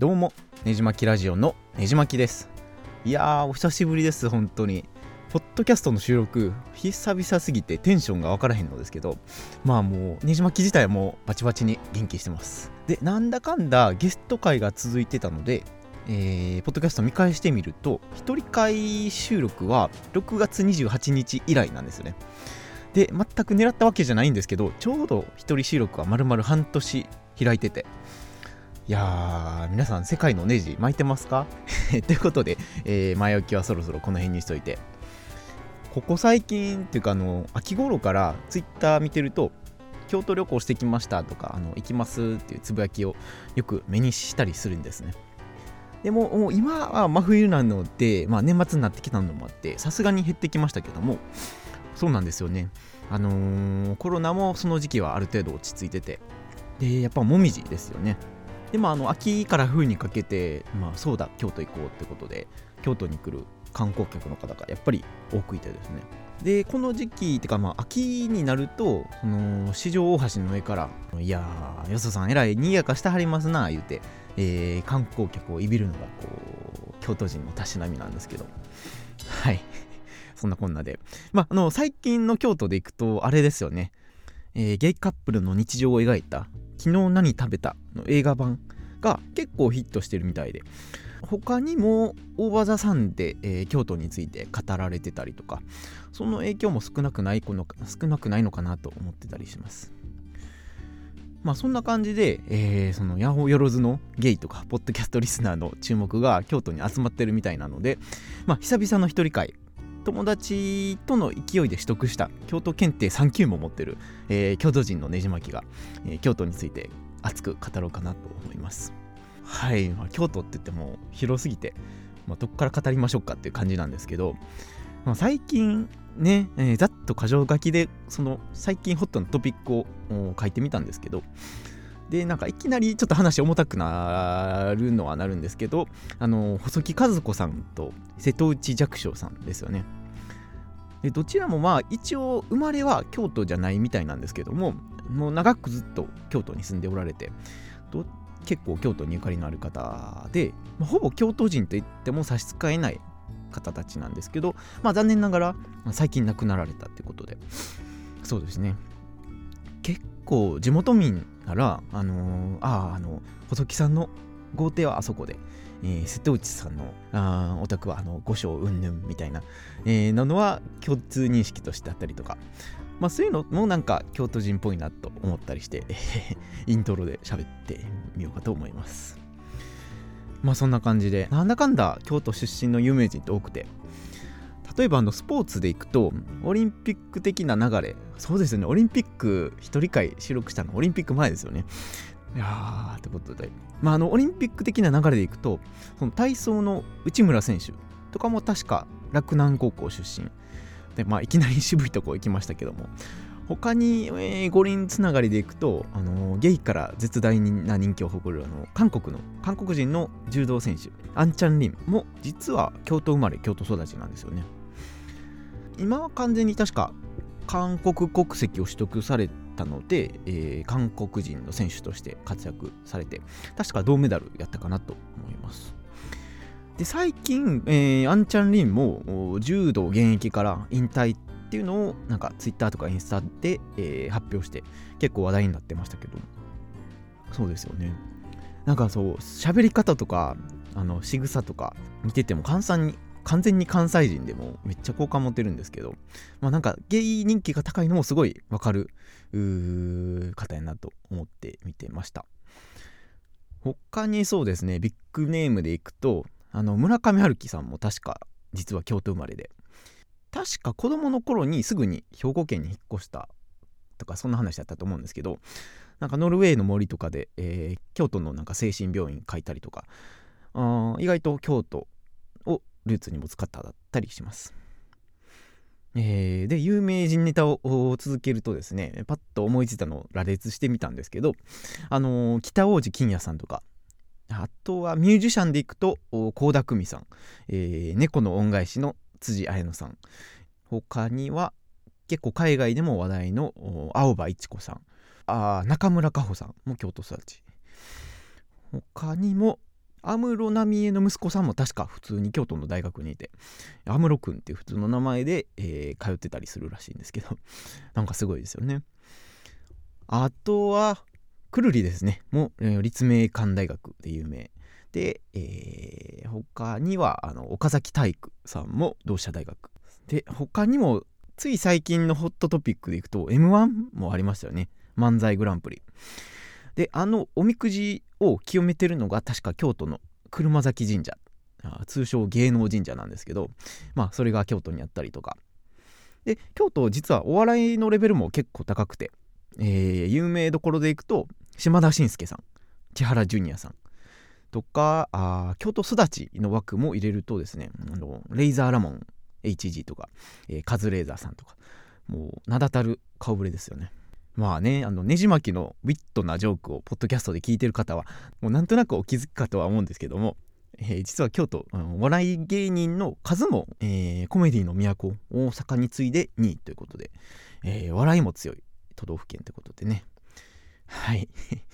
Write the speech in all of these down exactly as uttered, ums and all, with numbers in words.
どうもねじまきラジオのねじまきです。いやーお久しぶりです。本当にポッドキャストの収録久々すぎてテンションが分からへんのですけど、まあもうねじまき自体はもうバチバチに元気してます。でなんだかんだゲスト会が続いてたので、えー、ポッドキャスト見返してみると一人会収録はろくがつにじゅうはちにち以来なんですよね。で全く狙ったわけじゃないんですけど、ちょうど一人収録は丸々半年開いてて、いやー皆さん世界のネジ巻いてますかということで、えー、前置きはそろそろこの辺にしといて、ここ最近っていうかあの秋頃からツイッター見てると京都旅行してきましたとかあの行きますっていうつぶやきをよく目にしたりするんですね。でももう今は真冬なので、まあ、年末になってきたのもあってさすがに減ってきましたけども、そうなんですよね。あのー、コロナもその時期はある程度落ち着いてて、でやっぱもみじですよね。でまあ、あの秋から冬にかけて、まあ、そうだ京都行こうってことで京都に来る観光客の方がやっぱり多くいてですね、でこの時期ってかまあ秋になるとその四条大橋の上からいやーよそさんえらいにやかしてはりますな言うて、えー、観光客をいびるのがこう京都人のたしなみなんですけど、はいそんなこんなで、まあ、あの最近の京都で行くとあれですよね、えー、ゲイカップルの日常を描いた昨日何食べたの映画版が結構ヒットしてるみたいで、他にも大場座さんで、えー、京都について語られてたりとか、その影響も少なくないのか少なくないのかなと思ってたりします。まあそんな感じで、えー、そのヤホー万のゲイとかポッドキャストリスナーの注目が京都に集まってるみたいなので、まあ久々の一人会、友達との勢いで取得した京都検定さん級も持ってる、えー、京都人のねじまきが、えー、京都について熱く語ろうかなと思います。はい、まあ、京都って言っても広すぎて、まあ、どっから語りましょうかっていう感じなんですけど、まあ、最近ね、えー、ざっと箇条書きでその最近ホットなトピックを書いてみたんですけど、でなんかいきなりちょっと話重たくなるのはなるんですけど、あの細木和子さんと瀬戸内寂聴さんですよね。でどちらもまあ一応生まれは京都じゃないみたいなんですけども、もう長くずっと京都に住んでおられて、ど結構京都にゆかりのある方で、まあ、ほぼ京都人といっても差し支えない方たちなんですけど、まあ残念ながら最近亡くなられたってことで、そうですね、結構地元民ならあのー、あああの細木さんの豪邸はあそこで、えー、瀬戸内さんのあお宅はあの御所云々みたいな、えー、なのは共通認識としてあったりとか、まあそういうのもなんか京都人っぽいなと思ったりしてイントロで喋ってみようかと思います。まあそんな感じでなんだかんだ京都出身の有名人って多くて、例えばあのスポーツでいくとオリンピック的な流れ、そうですよね、オリンピック一人会収録したのオリンピック前ですよね。いやーってことで、まああのオリンピック的な流れでいくとその体操の内村選手とかも確か洛南高校出身で、まあいきなり渋いとこ行きましたけども、他に、えー、五輪つながりでいくと、あのー、ゲイから絶大な人気を誇るあの韓国の韓国人の柔道選手アンチャンリンも実は京都生まれ京都育ちなんですよね。今は完全に確か韓国国籍を取得されたので、えー、韓国人の選手として活躍されて確か銅メダルやったかなと思います。で最近、えー、アンチャンリンも柔道現役から引退っていうのをなんかツイッターとかインスタで、えー、発表して結構話題になってましたけど、そうですよね、なんかそう喋り方とかあの仕草とか見てても関西に完全に関西人でもめっちゃ好感持ってるんですけど、まあなんかゲイ人気が高いのもすごいわかる方やなと思って見てました。他にそうですね、ビッグネームでいくとあの村上春樹さんも確か実は京都生まれで、確か子供の頃にすぐに兵庫県に引っ越したとかそんな話だったと思うんですけど、なんかノルウェーの森とかで、えー、京都のなんか精神病院書いたりとか、あ意外と京都をルーツに持つ方だったりします。えー、で有名人ネタを続けるとですね、パッと思いついたのを羅列してみたんですけど、あのー、北大路欣也さんとか、あとはミュージシャンでいくと倖田來未さん、えー、猫の恩返しの辻彩乃さん、他には結構海外でも話題の青葉一子さん、あ中村佳穂さんも京都育ち、他にも安室奈美恵の息子さんも確か普通に京都の大学にいて、安室くんっていう普通の名前で、えー通ってたりするらしいんですけどなんかすごいですよね。あとはくるりですねもう、えー立命館大学で有名で、えー他にはあの岡崎体育さんも同志社大学で、他にもつい最近のホットトピックでいくと エムワン もありましたよね。漫才グランプリで、あのおみくじを清めてるのが確か京都の車崎神社、あ通称芸能神社なんですけど、まあそれが京都にあったりとかで、京都実はお笑いのレベルも結構高くて、えー有名どころでいくと島田紳介さん、千原ジュニアさんとか、あ京都育ちの枠も入れるとですね、あのレイザーラモン エイチジー とか、えーカズレーザーさんとか、もう名だたる顔ぶれですよね。まあね、あのねじ巻きのウィットなジョークをポッドキャストで聞いてる方はもうなんとなくお気づきかとは思うんですけども、えー実は京都、あの笑い芸人の数も、えーコメディの都大阪に次いでにいということで、えー笑いも強い都道府県ということでね。はい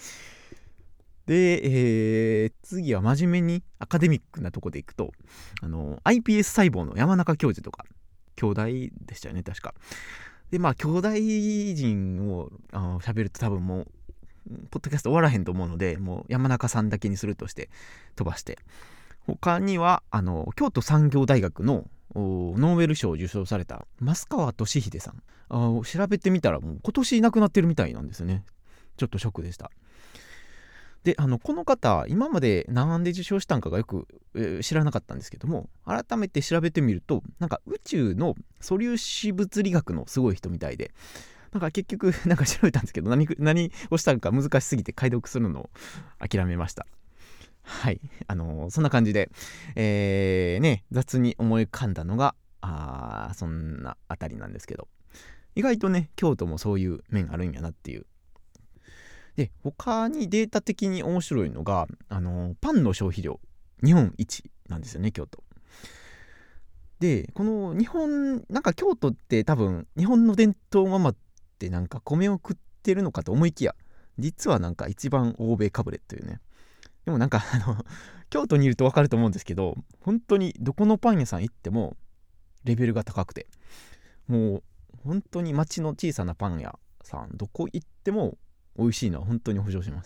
で、えー次は真面目にアカデミックなとこでいくと、あの アイピーエス 細胞の山中教授とか兄弟でしたよね確か。でまあ兄弟人をあの喋ると多分もうポッドキャスト終わらへんと思うので、もう山中さんだけにするとして飛ばして、他にはあの京都産業大学のおノーベル賞を受賞された増川俊秀さん、あ調べてみたらもう今年亡くなってるみたいなんですよね。ちょっとショックでした。であのこの方今まで何で受賞したんかがよく、えー知らなかったんですけども、改めて調べてみるとなんか宇宙の素粒子物理学のすごい人みたいで、なんか結局なんか調べたんですけど 何, 何をしたのか難しすぎて解読するのを諦めました。はいあのーそんな感じで、えーね、雑に思い浮かんだのがあそんなあたりなんですけど、意外とね京都もそういう面あるんやなっていう。で他にデータ的に面白いのが、あのーパンの消費量日本一なんですよね京都で。この日本なんか京都って多分日本の伝統ママってなんか米を食ってるのかと思いきや、実はなんか一番欧米かぶれというね。でもなんかあの京都にいると分かると思うんですけど、本当にどこのパン屋さん行ってもレベルが高くて、もう本当に町の小さなパン屋さんどこ行っても美味しいのは本当に保証します。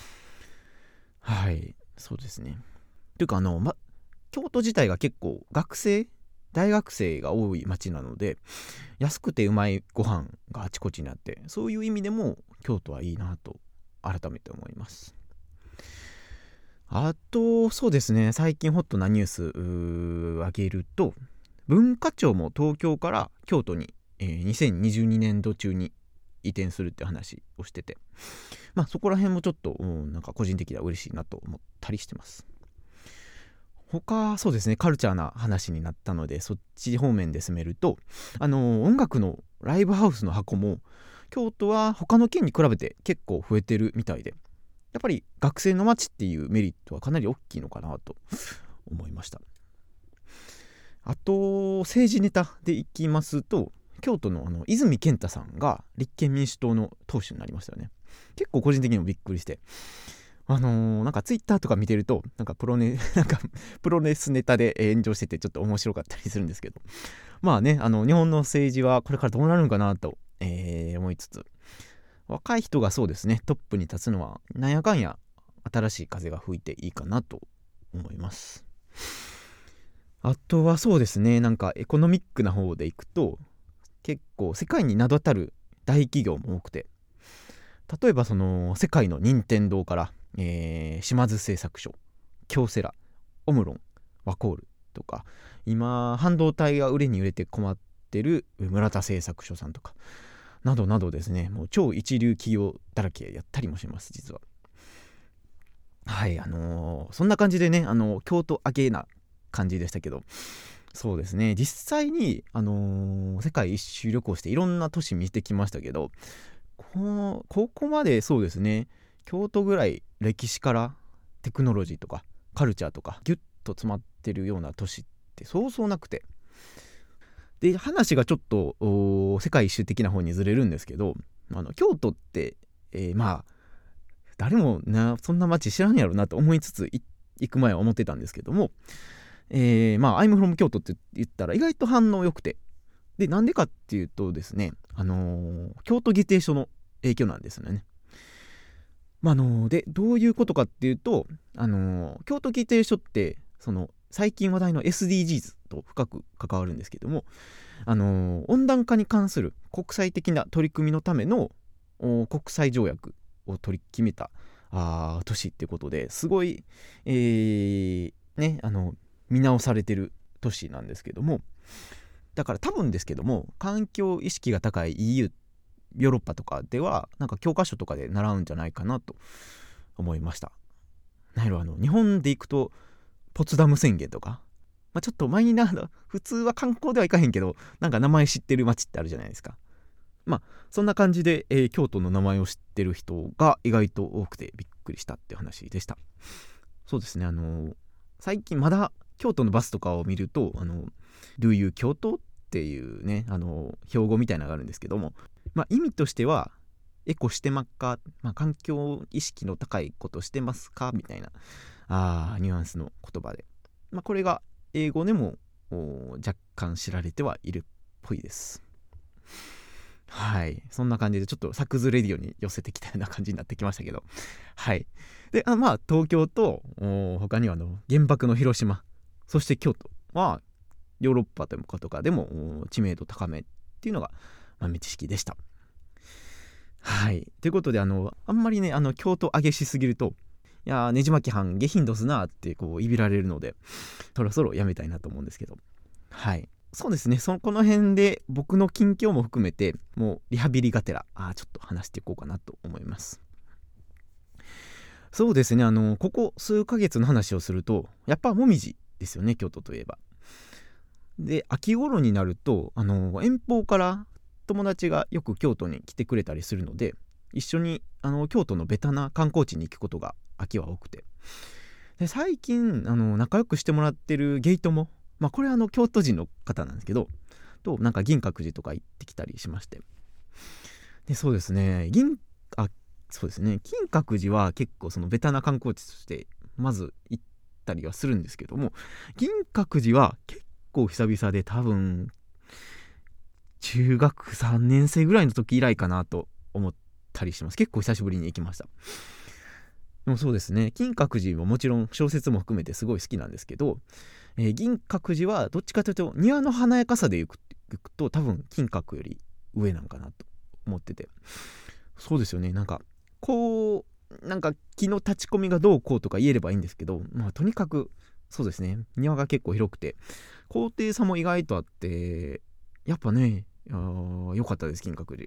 はいそうですね。というかあの、ま、京都自体が結構学生大学生が多い町なので、安くてうまいご飯があちこちにあって、そういう意味でも京都はいいなと改めて思います。あとそうですね、最近ホットなニュースうー挙げると、文化庁も東京から京都に、えーにせんにじゅうにねんど中に移転するって話をしてて、まあそこら辺もちょっと、うん、なんか個人的には嬉しいなと思ったりしてます。他そうですね、カルチャーな話になったのでそっち方面で進めると、あのー音楽のライブハウスの箱も京都は他の県に比べて結構増えてるみたいで、やっぱり学生の街っていうメリットはかなり大きいのかなと思いました。あと政治ネタでいきますと、京都のあの泉健太さんが立憲民主党の党首になりましたよね。結構個人的にもびっくりして、あのー、なんかツイッターとか見てるとなんかプロネなんかプロレスネタで炎上しててちょっと面白かったりするんですけど、まあね、あの日本の政治はこれからどうなるのかなと、えー思いつつ、若い人がそうですねトップに立つのはなんやかんや新しい風が吹いていいかなと思います。あとはそうですね、なんかエコノミックな方でいくと結構世界に名だたる大企業も多くて、例えばその世界の任天堂から、えー島津製作所、京セラ、オムロン、ワコールとか、今半導体が売れに売れて困ってる村田製作所さんとかなどなどですね、もう超一流企業だらけやったりもします実は。はいあのーそんな感じでね、あのー京都アゲな感じでしたけど、そうですね、実際に、あのー世界一周旅行していろんな都市見てきましたけど、こ, ここまでそうですね京都ぐらい歴史からテクノロジーとかカルチャーとかギュッと詰まってるような都市ってそうそうなくて、で話がちょっと世界一周的な方にずれるんですけど、あの京都って、えーまあ誰もなそんな街知らんやろなと思いつつ 行, 行く前は思ってたんですけども、えー、まあ I'm from 京都って言ったら意外と反応良くて、でなんでかっていうとですね、あのー、京都議定書の影響なんですよね。まあ、あのー、でどういうことかっていうと、あのー、京都議定書ってその最近話題の エスディージーズ と深く関わるんですけども、あのー、温暖化に関する国際的な取り組みのための国際条約を取り決めたあ都市っていうことですごい、えーね、あの見直されてる都市なんですけども、だから多分ですけども環境意識が高い イーユー ヨーロッパとかではなんか教科書とかで習うんじゃないかなと思いました。なんやろ、あの日本で行くとポツダム宣言とか、まあ、ちょっとマイナーな、普通は観光では行かへんけどなんか名前知ってる街ってあるじゃないですか。まあそんな感じで、えー、京都の名前を知ってる人が意外と多くてびっくりしたっていう話でした。そうですね、あのー、最近まだ京都のバスとかを見ると、あの Do you 京都っていうね、あのー、標語みたいなのがあるんですけども、まあ意味としてはエコしてまっか、まあ、環境意識の高いことしてますかみたいなあニュアンスの言葉で、まあ、これが英語でも若干知られてはいるっぽいです。はい、そんな感じでちょっとサクズレディオに寄せてきたような感じになってきましたけど、はい。で、あまあ東京と他にはあの原爆の広島、そして京都はヨーロッパとかでも知名度高めっていうのが豆知識でした。はい。ということで、あのあんまりねあの京都上げしすぎると、いやねじ巻きはん下品どすなってこういびられるので、そろそろやめたいなと思うんですけど、はい。そうですね、そのこの辺で僕の近況も含めてもうリハビリがてらあちょっと話していこうかなと思います。そうですね、あのここ数ヶ月の話をするとやっぱもみじですよね、京都といえば。で秋頃になるとあの遠方から友達がよく京都に来てくれたりするので、一緒にあの京都のベタな観光地に行くことが秋は多くて、で最近あの仲良くしてもらってるゲイトも、まあこれはあの京都人の方なんですけどとなんか銀閣寺とか行ってきたりしまして、でそうですね銀あそうですね金閣寺は結構そのベタな観光地としてまず行ったりはするんですけども、銀閣寺は結構久々で多分中学さんねん生ぐらいの時以来かなと思ったりします。結構久しぶりに行きました。でもそうですね、金閣寺ももちろん小説も含めてすごい好きなんですけど、えー、銀閣寺はどっちかというと庭の華やかさで行く、行くと多分金閣より上なんかなと思ってて、そうですよね、なんかこうなんか木の立ち込みがどうこうとか言えればいいんですけど、まあとにかくそうですね、庭が結構広くて高低差も意外とあって、やっぱね良かったです、金閣寺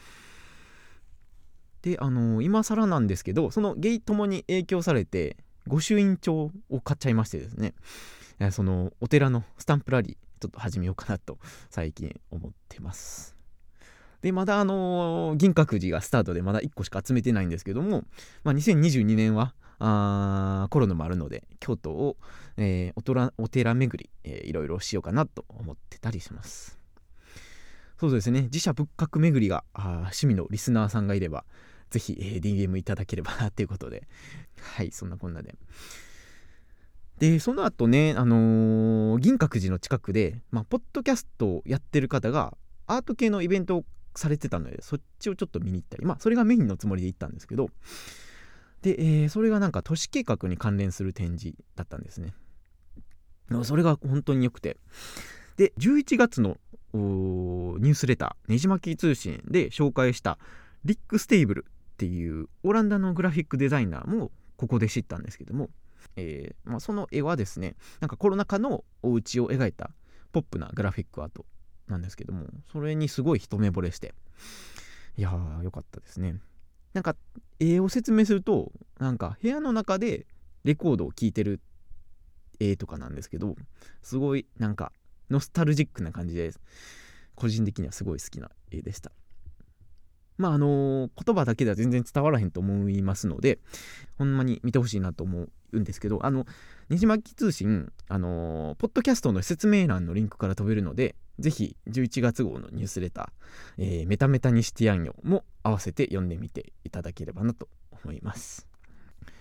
で。あのー、今更なんですけど、そのゲイ友に影響されて御朱印帳を買っちゃいましてですね、そのお寺のスタンプラリーちょっと始めようかなと最近思ってます。でまだあのー、銀閣寺がスタートでまだいっこしか集めてないんですけども、まあ、にせんにじゅうにねんはあコロナもあるので京都を、えー、お, とらお寺巡り、えー、いろいろしようかなと思ってたりします。そうですね、自社仏閣巡りが趣味のリスナーさんがいればぜひ、えー、ディーエム いただければなということで、はいそんなこんなででその後ね、あのー、銀閣寺の近くで、まあ、ポッドキャストをやってる方がアート系のイベントをされてたので、そっちをちょっと見に行ったり、まあそれがメインのつもりで行ったんですけど、で、えー、それがなんか都市計画に関連する展示だったんですね。それが本当に良くて、でじゅういちがつのニュースレターねじ巻き通信で紹介したリック・ステイブルっていうオランダのグラフィックデザイナーもここで知ったんですけども、えーまあ、その絵はですね、なんかコロナ禍のお家を描いたポップなグラフィックアートなんですけども、それにすごい一目惚れして、いやーよかったですね。なんか絵を説明すると、なんか部屋の中でレコードを聴いてる絵とかなんですけど、すごいなんかノスタルジックな感じで個人的にはすごい好きな絵でした。まああのー、言葉だけでは全然伝わらへんと思いますので、ほんまに見てほしいなと思うんですけど、あのねじ巻き通信、あのー、ポッドキャストの説明欄のリンクから飛べるので、ぜひじゅういちがつ号のニュースレター、えー、メタメタにしてやんよも合わせて読んでみていただければなと思います。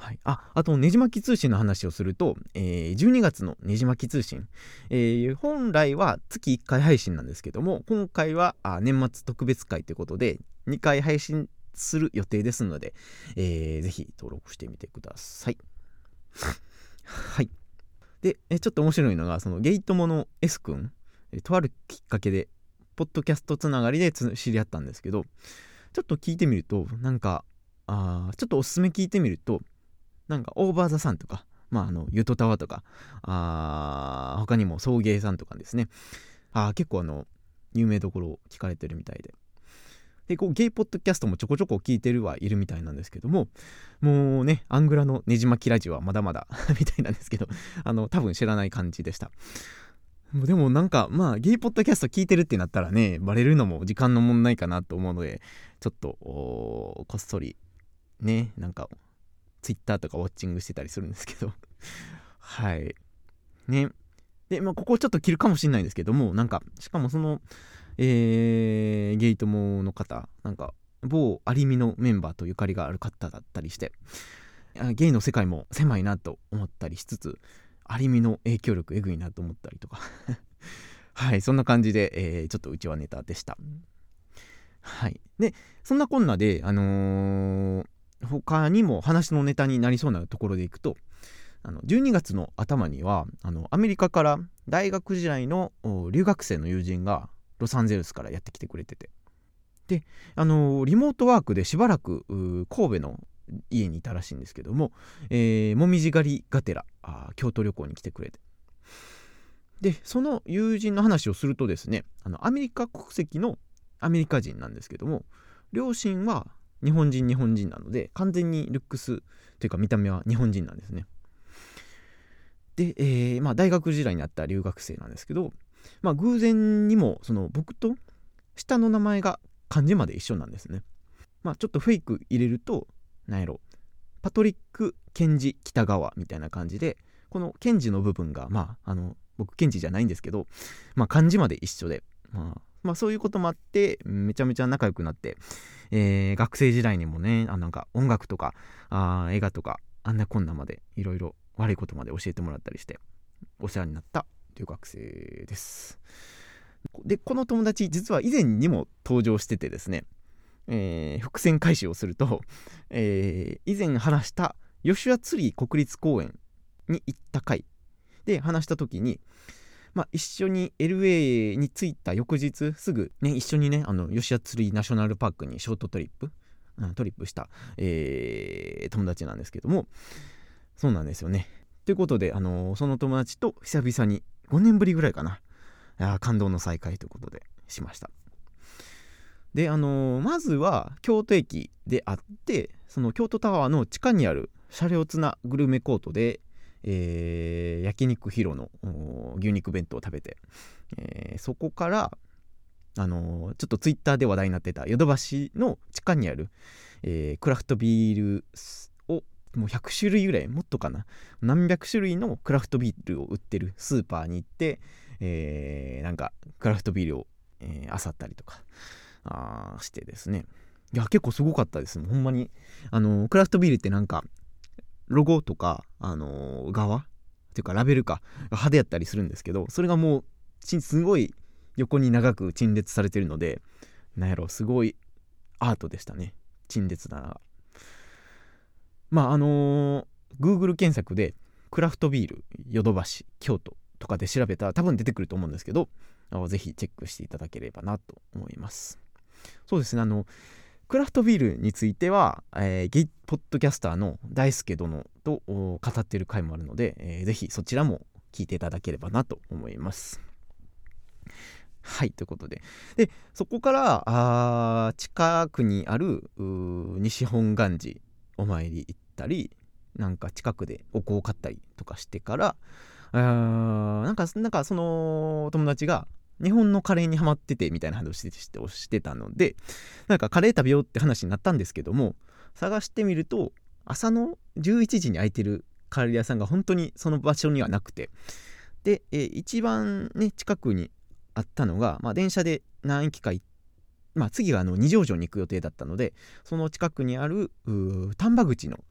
はい、ああとねじまき通信の話をすると、えー、じゅうにがつのねじまき通信、えー、本来は月いっかい配信なんですけども、今回はあ年末特別会ということでにかい配信する予定ですので、えー、ぜひ登録してみてください。はい。で、えちょっと面白いのが、そのゲイ友の S 君、とあるきっかけでポッドキャストつながりでつ知り合ったんですけど、ちょっと聞いてみるとなんかあちょっとおすすめ聞いてみると、なんかオーバーザさんとか、まあ、あのゆとたわとか、あ他にも送迎さんとかですね、あ結構あの有名どころを聞かれてるみたいで、でこうゲイポッドキャストもちょこちょこ聞いてるはいるみたいなんですけども、もうねアングラのねじまきラジオはまだまだみたいなんですけど、あの多分知らない感じでした。でもなんかまあゲイポッドキャスト聞いてるってなったらね、バレるのも時間の問題かなと思うので、ちょっとこっそりね、なんかツイッターとかウォッチングしてたりするんですけどはいね。で、まあ、ここちょっと切るかもしれないんですけども、なんかしかもその、えー、ゲイ友の方、なんか某アリミのメンバーとゆかりがある方だったりして、ゲイの世界も狭いなと思ったりしつつ、アリミの影響力えぐいなと思ったりとかはい、そんな感じで、えー、ちょっとうちはネタでした。はい。でそんなこんなで、あのー他にも話のネタになりそうなところでいくと、あのじゅうにがつの頭にはあのアメリカから大学時代の留学生の友人がロサンゼルスからやってきてくれてて、であのリモートワークでしばらく神戸の家にいたらしいんですけども、えー、もみじ狩りがてら京都旅行に来てくれて、でその友人の話をするとですね、あのアメリカ国籍のアメリカ人なんですけども、両親は日本人日本人なので完全にルックスというか見た目は日本人なんですね。で、えーまあ、大学時代にあった留学生なんですけど、まあ、偶然にもその僕と下の名前が漢字まで一緒なんですね。まあ、ちょっとフェイク入れると何やろ、パトリック・ケンジ北川みたいな感じで、このケンジの部分がまああの僕ケンジじゃないんですけど、まあ、漢字まで一緒で、まあまあ、そういうこともあってめちゃめちゃ仲良くなって、えー、学生時代にもね、あなんか音楽とかあ映画とかあんなこんなまでいろいろ悪いことまで教えてもらったりしてお世話になった留学生です。でこの友達実は以前にも登場しててですね、えー、伏線回収をすると、えー、以前話した吉谷ツリー国立公園に行った回で話した時に、まあ、一緒に エルエー に着いた翌日すぐ、ね、一緒にねあの吉谷ツリーナショナルパークにショートトリップ、うん、トリップした、えー、友達なんですけども、そうなんですよね。ということで、あのー、その友達と久々にごねんぶりぐらいかな、あ感動の再会ということでしました。で、あのー、まずは京都駅で会って、その京都タワーの地下にある車両ツナグルメコートでえー、焼肉ヒロの牛肉弁当を食べて、えー、そこから、あのー、ちょっとツイッターで話題になってたヨドバシの地下にある、えー、クラフトビールをもうひゃくしゅるいぐらい、もっとかな、何百種類のクラフトビールを売ってるスーパーに行って、えー、なんかクラフトビールを漁、えー、ったりとかあしてですね、いや結構すごかったです。ほんまにあのー、クラフトビールってなんかロゴとか、あのー、側っていうかラベルかが派手やったりするんですけど、それがもうすごい横に長く陳列されてるので、なんやろ、すごいアートでしたね、陳列棚が。まああのー、Google 検索でクラフトビールヨドバシ京都とかで調べたら多分出てくると思うんですけど、ぜひチェックしていただければなと思います。そうですね、あのクラフトビールについては、えー、ゲイポッドキャスターの大輔殿と語っている回もあるので、えー、ぜひそちらも聞いていただければなと思います。はい、ということで、でそこからあ近くにある西本願寺お参り行ったり、なんか近くでお香を買ったりとかしてから、あなんかなんかその友達が日本のカレーにハマっててみたいな話をしてしてしてたので、なんかカレー食べようって話になったんですけども、探してみると朝のじゅういちじに開いてるカレー屋さんが本当にその場所にはなくて、で、えー、一番ね近くにあったのが、まあ、電車で何駅か行って、まあ、次はあの二条城に行く予定だったので、その近くにある丹波口の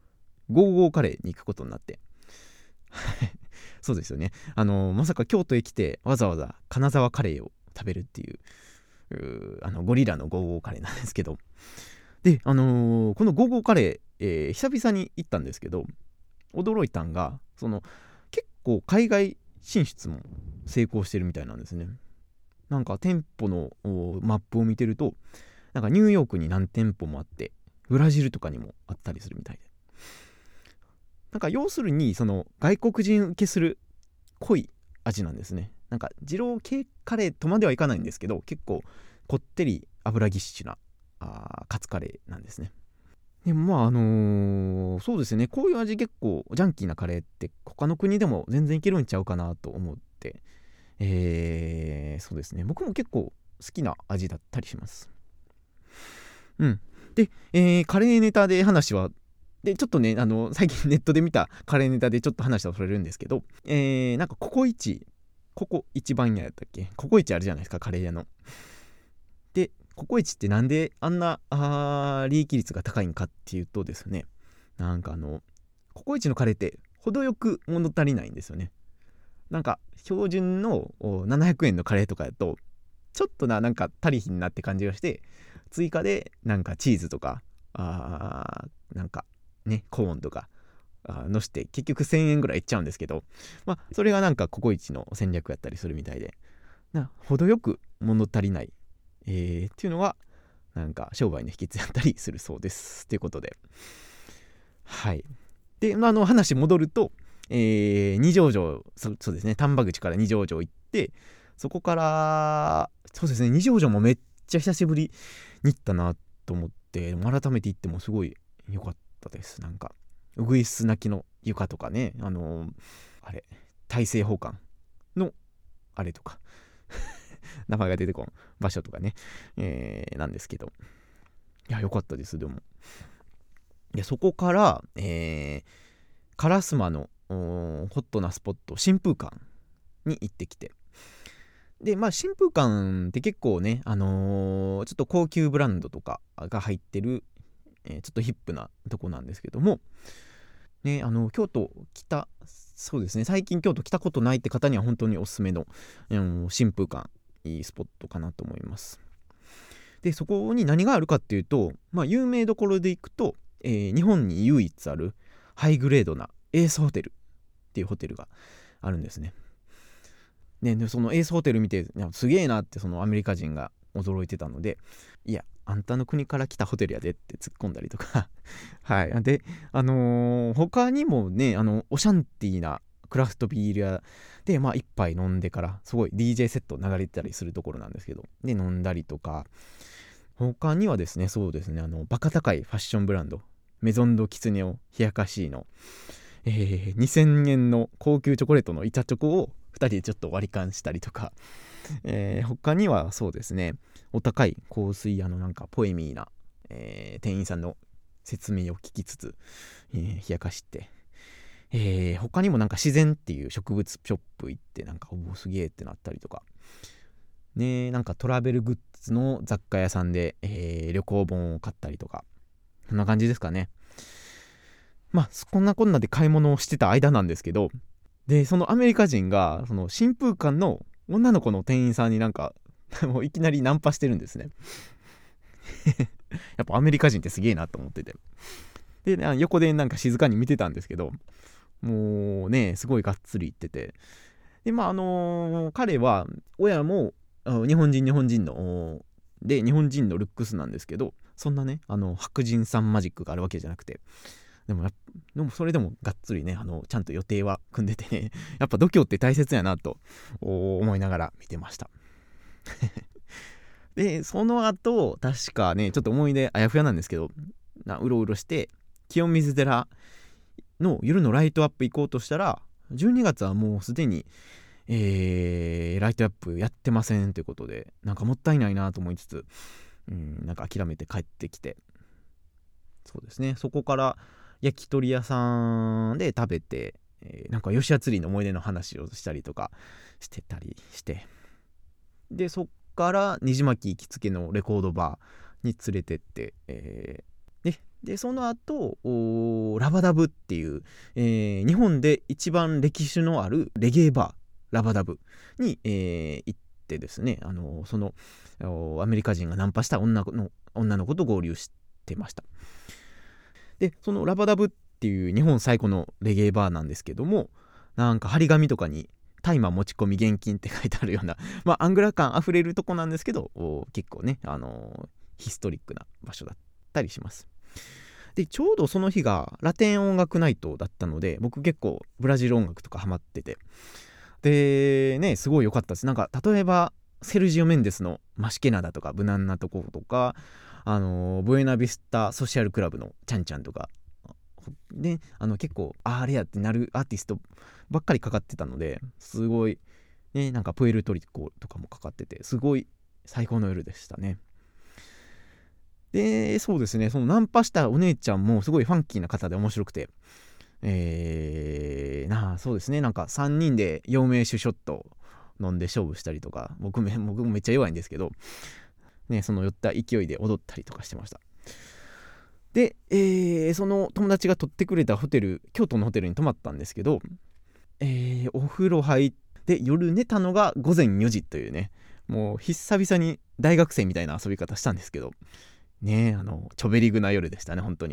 ゴーゴーカレーに行くことになってそうですよね。あのまさか京都へ来てわざわざ金沢カレーを食べるっていう、うあのゴリラのゴーゴーカレーなんですけど、で、あのーこのゴーゴーカレー、えー久々に行ったんですけど、驚いたんが、その結構海外進出も成功してるみたいなんですね。なんか店舗のおマップを見てると、なんかニューヨークに何店舗もあって、ブラジルとかにもあったりするみたいで、なんか要するにその外国人受けする濃い味なんですね。なんか二郎系カレーとまではいかないんですけど、結構こってり油ぎっしゅなあーカツカレーなんですね。でもまああのーそうですね、こういう味結構ジャンキーなカレーって他の国でも全然いけるんちゃうかなと思って、えー、そうですね、僕も結構好きな味だったりします。うん。で、えーカレーネタで話はでちょっとね、あの最近ネットで見たカレーネタでちょっと話はそれるんですけど、えー、なんかココイチココ一番屋やったっけ、ココイチあるじゃないですか、カレー屋の。でココイチってなんであんなあー利益率が高いんかっていうとですね、なんかあのココイチのカレーって程よく物足りないんですよね。なんか標準のおななひゃくえんのカレーとかだとちょっとな、なんか足りひんなって感じがして、追加でなんかチーズとかあーなんかねコーンとかあーのして結局せんえんぐらいいっちゃうんですけど、まあそれがなんかココイチの戦略やったりするみたいで、な程よく物足りない、えーっていうのがなんか商売の秘訣やったりするそうですということで、はい。で、まあ、あの話戻ると、えー、二条城、そ、そうですね、丹波口から二条城行って、そこからそうですね、二条城もめっちゃ久しぶりに行ったなと思って、改めて行ってもすごい良かったです。なんかウグイス鳴きの床とかね、あのーあれ大政奉還のあれとか名前が出てこん場所とかね、えーなんですけど、いや良かったです。でもでそこから、えー、烏丸のホットなスポット新風館に行ってきて、でまあ新風館って結構ね、あのーちょっと高級ブランドとかが入ってる、えーちょっとヒップなとこなんですけどもね、あの京都来た、そうですね、最近京都来たことないって方には本当におすすめの、うん、新風館、いいスポットかなと思います。でそこに何があるかっていうと、まあ有名どころで行くと、えー日本に唯一あるハイグレードなエースホテルっていうホテルがあるんですね。ね、でそのエースホテル見て、いやすげえなってそのアメリカ人が驚いてたので、いやあんたの国から来たホテルやでって突っ込んだりとかはいであのー他にもね、あのオシャンティーなクラフトビール屋でまあ一杯飲んでからすごい ディージェー セット流れてたりするところなんですけど、で飲んだりとか、他にはですね、そうですね、あのバカ高いファッションブランドメゾンドキツネオ冷やかしいの、えーにせんえんの高級チョコレートの板チョコをふたりでちょっと割り勘したりとか、えー他にはそうですね、お高い香水屋のなんかポエミーな、えー店員さんの説明を聞きつつ、えー冷やかして、えー他にもなんか自然っていう植物ショップ行ってなんかおおすげえってなったりとかね、なんかトラベルグッズの雑貨屋さんで、えー旅行本を買ったりとか、そんな感じですかね。まあこんなこんなで買い物をしてた間なんですけど、でそのアメリカ人がその新風館の女の子の店員さんになんかもういきなりナンパしてるんですねやっぱアメリカ人ってすげえなと思ってて、で横でなんか静かに見てたんですけど、もうねすごいがっつり言ってて、でまああのー彼は親もあ日本人日本人ので日本人のルックスなんですけど、そんなねあの白人さんマジックがあるわけじゃなくて、でもやっでもそれでもがっつりね、あのちゃんと予定は組んでてねやっぱ度胸って大切やなと思いながら見てましたでその後確かねちょっと思い出あやふやなんですけど、なうろうろして清水寺の夜のライトアップ行こうとしたら、じゅうにがつはもうすでに、えーライトアップやってませんということで、なんかもったいないなと思いつつ、うんなんか諦めて帰ってきて、そうですね、そこから焼き鳥屋さんで食べて、えーなんか吉谷釣りの思い出の話をしたりとかしてたりして、でそっから虹巻行きつけのレコードバーに連れてって、えーででその後ラバダブっていう、えー、日本で一番歴史のあるレゲエバーラバダブに、えー、行ってですね、あのそのアメリカ人がナンパした女の女の子と合流してました。でそのラバダブっていう日本最古のレゲエバーなんですけども、なんか張り紙とかに大麻持ち込み厳禁って書いてあるような、まあアングラ感あふれるとこなんですけど、結構ね、あのー、ヒストリックな場所だったりします。でちょうどその日がラテン音楽ナイトだったので、僕結構ブラジル音楽とかハマってて、でねすごい良かったです。なんか例えばセルジオ・メンデスのマシケナだとか無難なとことか、あのー、ブエナビスタソシャルクラブのチャンチャンとかで、あの結構あれやってなるアーティストばっかりかかってたので、すごいね、なんかプエルトリコとかもかかってて、すごい最高の夜でしたね。でそうですね、そのナンパしたお姉ちゃんもすごいファンキーな方で面白くて、えー、なあそうですね、なんかさんにんで陽明酒ショット飲んで勝負したりとか、僕め僕もめっちゃ弱いんですけどね、その酔った勢いで踊ったりとかしてました。で、えー、その友達が取ってくれたホテル、京都のホテルに泊まったんですけど、えー、お風呂入って夜寝たのがごぜんよじというね、もう久々に大学生みたいな遊び方したんですけどね、あのちょべりぐな夜でしたね本当に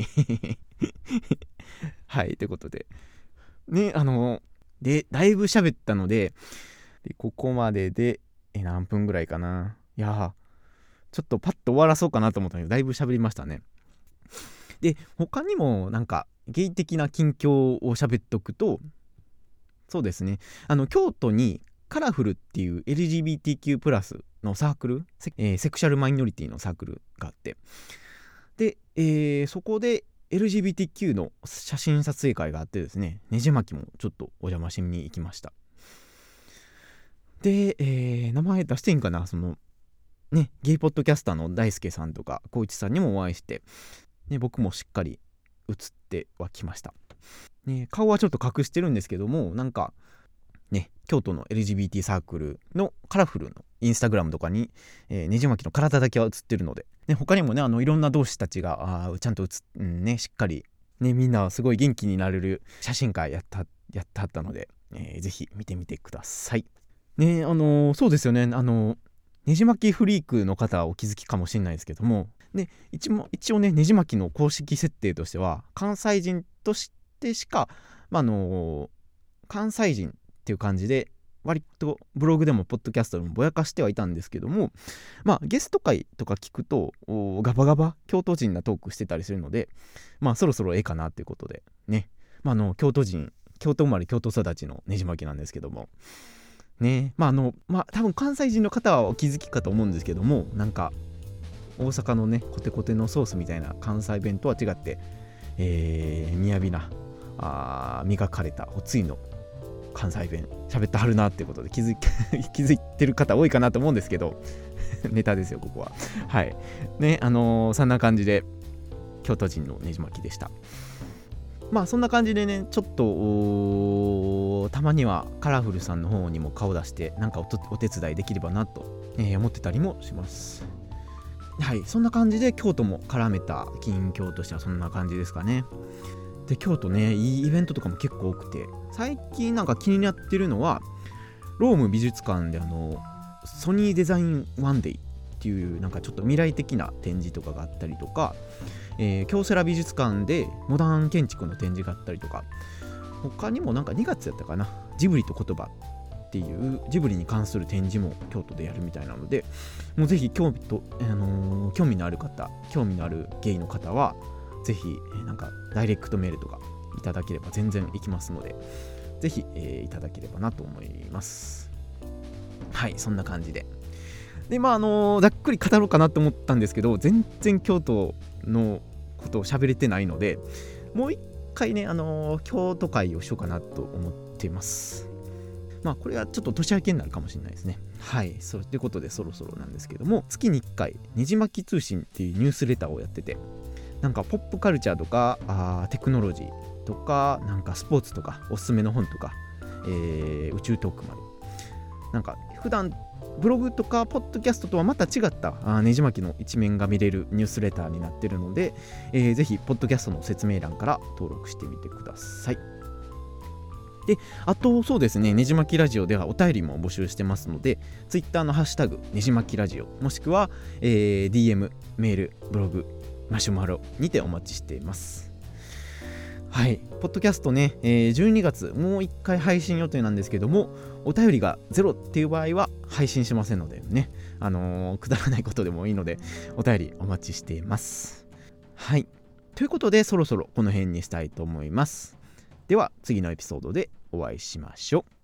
はいということでね、あのでだいぶ喋ったので、でここまででえ何分ぐらいかな、いやちょっとパッと終わらそうかなと思ったけどだいぶ喋りましたね。で他にもなんかゲイ的な近況を喋っとくと、そうですね、あの京都にカラフルっていう エルジービーティーキュー プラスのサークル、セ、えー、セクシャルマイノリティのサークルがあって、で、えー、そこで エルジービーティーキュー の写真撮影会があってですね、ねじ巻きもちょっとお邪魔しに行きました。で、えー、名前出していいんかな、そのねゲイポッドキャスターの大輔さんとか光一さんにもお会いして、ね、僕もしっかり写ってはきました、ね、顔はちょっと隠してるんですけども、なんかね、京都の エルジービーティー サークルのカラフルのインスタグラムとかに、えー、ねじ巻きの体だけは写ってるので、ね、他にもね、あのいろんな同志たちがあちゃんと写っ、うんね、しっかり、ね、みんなすごい元気になれる写真会やったやってはったので、えー、ぜひ見てみてください。ね、あのー、そうですよね、あのー、ねじ巻きフリークの方はお気づきかもしれないですけども、で一も一応ねねじ巻きの公式設定としては関西人としてしか、まあのー、関西人っていう感じで割とブログでもポッドキャストでもぼやかしてはいたんですけども、まあゲスト会とか聞くとガバガバ京都人なトークしてたりするので、まあそろそろええかなということでね、まあ、あの京都人京都生まれ京都育ちのねじ巻きなんですけどもね、まああのまあ多分関西人の方はお気づきかと思うんですけども、なんか大阪のねコテコテのソースみたいな関西弁とは違って、えー、雅なあ磨かれたおつゆの関西弁喋ってはるなっていうことで気づい気づいてる方多いかなと思うんですけどネタですよここは。はいね、あのー、そんな感じで京都人のねじ巻きでした。まあそんな感じでね、ちょっとたまにはカラフルさんの方にも顔出してなんか お, お手伝いできればなと、えー、思ってたりもします。はい、そんな感じで京都も絡めた近況としてはそんな感じですかね。で京都ね、いいイベントとかも結構多くて、最近なんか気になってるのはローム美術館であのソニーデザインワンデイっていうなんかちょっと未来的な展示とかがあったりとか、えー、京セラ美術館でモダン建築の展示があったりとか、他にもなんかにがつやったかな、ジブリと言葉っていうジブリに関する展示も京都でやるみたいなので、もうぜひ興味と、あのー、興味のある方興味のあるゲイの方はぜひなんかダイレクトメールとかいただければ全然行きますので、ぜひ、えー、いただければなと思います。はい、そんな感じででまああのー、ざっくり語ろうかなと思ったんですけど、全然京都のことを喋れてないので、もう一回ね、あのー、京都会をしようかなと思ってます。まあこれはちょっと年明けになるかもしれないですね。はい、そうということでそろそろなんですけども、月にいっかいねじ巻き通信っていうニュースレターをやってて、なんかポップカルチャーとかあテクノロジーとかなんかスポーツとかおすすめの本とか、えー、宇宙トークまでなんか普普段ブログとかポッドキャストとはまた違ったあねじまきの一面が見れるニュースレターになっているので、えー、ぜひポッドキャストの説明欄から登録してみてください。で、あとそうですね、ねじまきラジオではお便りも募集してますので、ツイッターのハッシュタグねじまきラジオ、もしくは、えー、ディーエム、メール、ブログ、マシュマロにてお待ちしています。はい、ポッドキャストね、えー、じゅうにがつもういっかい配信予定なんですけども、お便りがゼロっていう場合は配信しませんのでね、あのー、くだらないことでもいいのでお便りお待ちしています。はい、ということでそろそろこの辺にしたいと思います。では次のエピソードでお会いしましょう。